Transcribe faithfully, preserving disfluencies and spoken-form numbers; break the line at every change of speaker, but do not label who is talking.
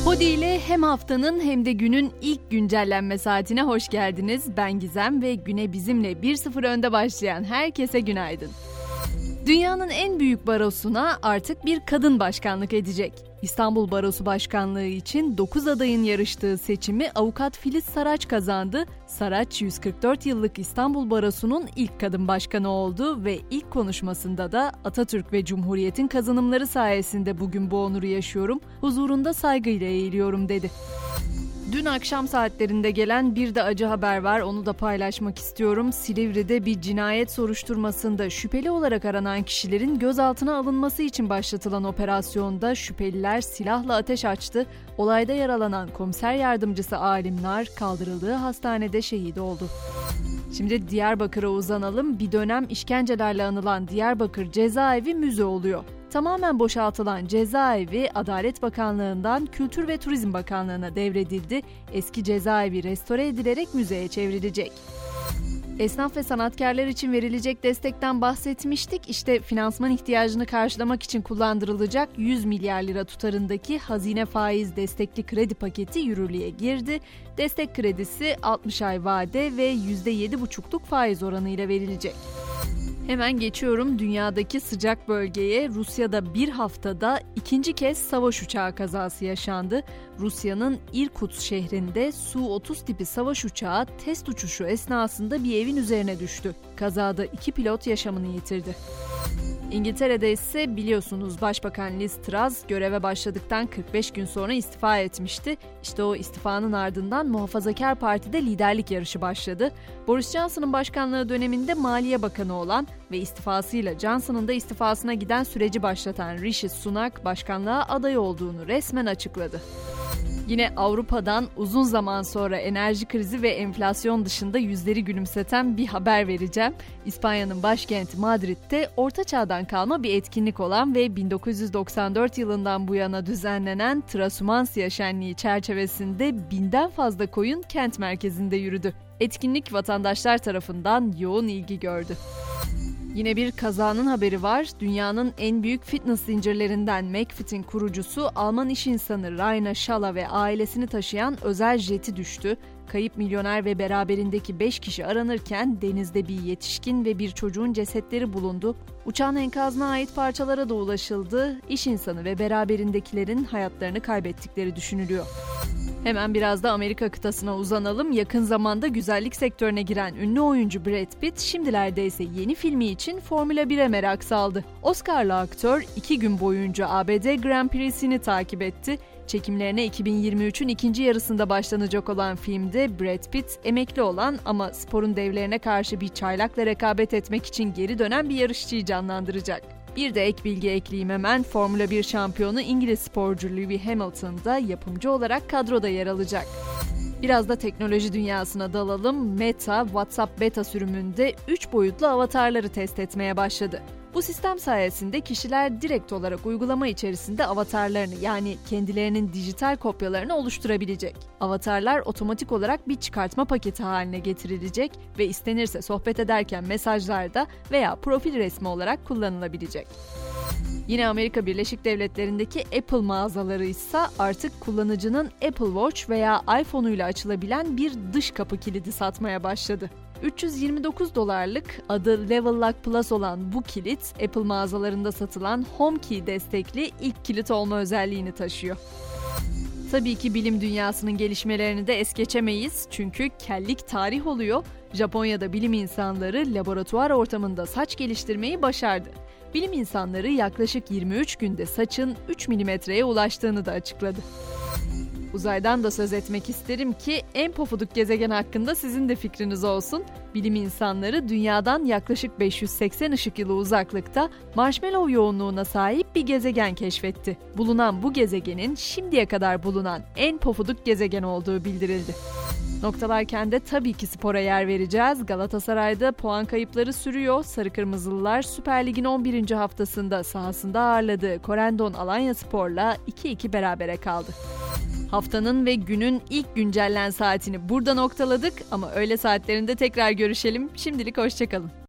Podi ile hem haftanın hem de günün ilk güncellenme saatine hoş geldiniz. Ben Gizem ve güne bizimle bir sıfır önde başlayan herkese günaydın. Dünyanın en büyük barosuna artık bir kadın başkanlık edecek. İstanbul Barosu Başkanlığı için dokuz adayın yarıştığı seçimi avukat Filiz Saraç kazandı. Saraç yüz kırk dört yıllık İstanbul Barosu'nun ilk kadın başkanı oldu ve ilk konuşmasında da Atatürk ve Cumhuriyet'in kazanımları sayesinde bugün bu onuru yaşıyorum, huzurunda saygıyla eğiliyorum dedi. Dün akşam saatlerinde gelen bir de acı haber var, onu da paylaşmak istiyorum. Silivri'de bir cinayet soruşturmasında şüpheli olarak aranan kişilerin gözaltına alınması için başlatılan operasyonda şüpheliler silahla ateş açtı. Olayda yaralanan komiser yardımcısı Alim Nar kaldırıldığı hastanede şehit oldu. Şimdi Diyarbakır'a uzanalım. Bir dönem işkencelerle anılan Diyarbakır cezaevi müze oluyor. Tamamen boşaltılan cezaevi Adalet Bakanlığı'ndan Kültür ve Turizm Bakanlığı'na devredildi. Eski cezaevi restore edilerek müzeye çevrilecek. Esnaf ve sanatkarlar için verilecek destekten bahsetmiştik. İşte finansman ihtiyacını karşılamak için kullandırılacak yüz milyar lira tutarındaki hazine faiz destekli kredi paketi yürürlüğe girdi. Destek kredisi altmış ay vade ve yüzde yedi buçukluk faiz oranıyla verilecek. Hemen geçiyorum dünyadaki sıcak bölgeye. Rusya'da bir haftada ikinci kez savaş uçağı kazası yaşandı. Rusya'nın Irkutsk şehrinde Su otuz tipi savaş uçağı test uçuşu esnasında bir evin üzerine düştü. Kazada iki pilot yaşamını yitirdi. İngiltere'de ise biliyorsunuz Başbakan Liz Truss göreve başladıktan kırk beş gün sonra istifa etmişti. İşte o istifanın ardından Muhafazakar Parti'de liderlik yarışı başladı. Boris Johnson'ın başkanlığı döneminde Maliye Bakanı olan ve istifasıyla Johnson'ın da istifasına giden süreci başlatan Rishi Sunak başkanlığa aday olduğunu resmen açıkladı. Yine Avrupa'dan uzun zaman sonra enerji krizi ve enflasyon dışında yüzleri gülümseten bir haber vereceğim. İspanya'nın başkenti Madrid'de Orta Çağ'dan kalma bir etkinlik olan ve bin dokuz yüz doksan dört yılından bu yana düzenlenen Trasumancia Şenliği çerçevesinde binden fazla koyun kent merkezinde yürüdü. Etkinlik vatandaşlar tarafından yoğun ilgi gördü. Yine bir kazanın haberi var. Dünyanın en büyük fitness zincirlerinden McFit'in kurucusu Alman iş insanı Rainer Schalla ve ailesini taşıyan özel jeti düştü. Kayıp milyoner ve beraberindeki beş kişi aranırken denizde bir yetişkin ve bir çocuğun cesetleri bulundu. Uçağın enkazına ait parçalara da ulaşıldı. İş insanı ve beraberindekilerin hayatlarını kaybettikleri düşünülüyor. Hemen biraz da Amerika kıtasına uzanalım. Yakın zamanda güzellik sektörüne giren ünlü oyuncu Brad Pitt, şimdilerde ise yeni filmi için Formula bire merak saldı. Oscar'lı aktör iki gün boyunca A B D Grand Prix'sini takip etti. Çekimlerine iki bin yirmi üçün ikinci yarısında başlanacak olan filmde Brad Pitt, emekli olan ama sporun devlerine karşı bir çaylakla rekabet etmek için geri dönen bir yarışçıyı canlandıracak. Bir de ek bilgi ekleyeyim hemen. Formula bir şampiyonu İngiliz sporcu Lewis Hamilton da yapımcı olarak kadroda yer alacak. Biraz da teknoloji dünyasına dalalım. Meta, WhatsApp beta sürümünde üç boyutlu avatarları test etmeye başladı. Bu sistem sayesinde kişiler direkt olarak uygulama içerisinde avatarlarını yani kendilerinin dijital kopyalarını oluşturabilecek. Avatarlar otomatik olarak bir çıkartma paketi haline getirilecek ve istenirse sohbet ederken mesajlarda veya profil resmi olarak kullanılabilecek. Yine Amerika Birleşik Devletleri'ndeki Apple mağazaları ise artık kullanıcının Apple Watch veya iPhone'uyla açılabilen bir dış kapı kilidi satmaya başladı. üç yüz yirmi dokuz dolarlık adı Level Lock Plus olan bu kilit, Apple mağazalarında satılan HomeKey destekli ilk kilit olma özelliğini taşıyor. Tabii ki bilim dünyasının gelişmelerini de es geçemeyiz çünkü kellik tarih oluyor. Japonya'da bilim insanları laboratuvar ortamında saç geliştirmeyi başardı. Bilim insanları yaklaşık yirmi üç günde saçın üç milimetreye ulaştığını da açıkladı. Uzaydan da söz etmek isterim ki en pofuduk gezegen hakkında sizin de fikriniz olsun. Bilim insanları dünyadan yaklaşık beş yüz seksen ışık yılı uzaklıkta marshmallow yoğunluğuna sahip bir gezegen keşfetti. Bulunan bu gezegenin şimdiye kadar bulunan en pofuduk gezegen olduğu bildirildi. Noktalarken de tabii ki spora yer vereceğiz. Galatasaray'da puan kayıpları sürüyor. Sarı Kırmızılılar Süper Lig'in on birinci haftasında sahasında ağırladığı Corendon Alanyaspor'la iki iki berabere kaldı. Haftanın ve günün ilk güncellen saatini burada noktaladık ama öğle saatlerinde tekrar görüşelim. Şimdilik hoşça kalın.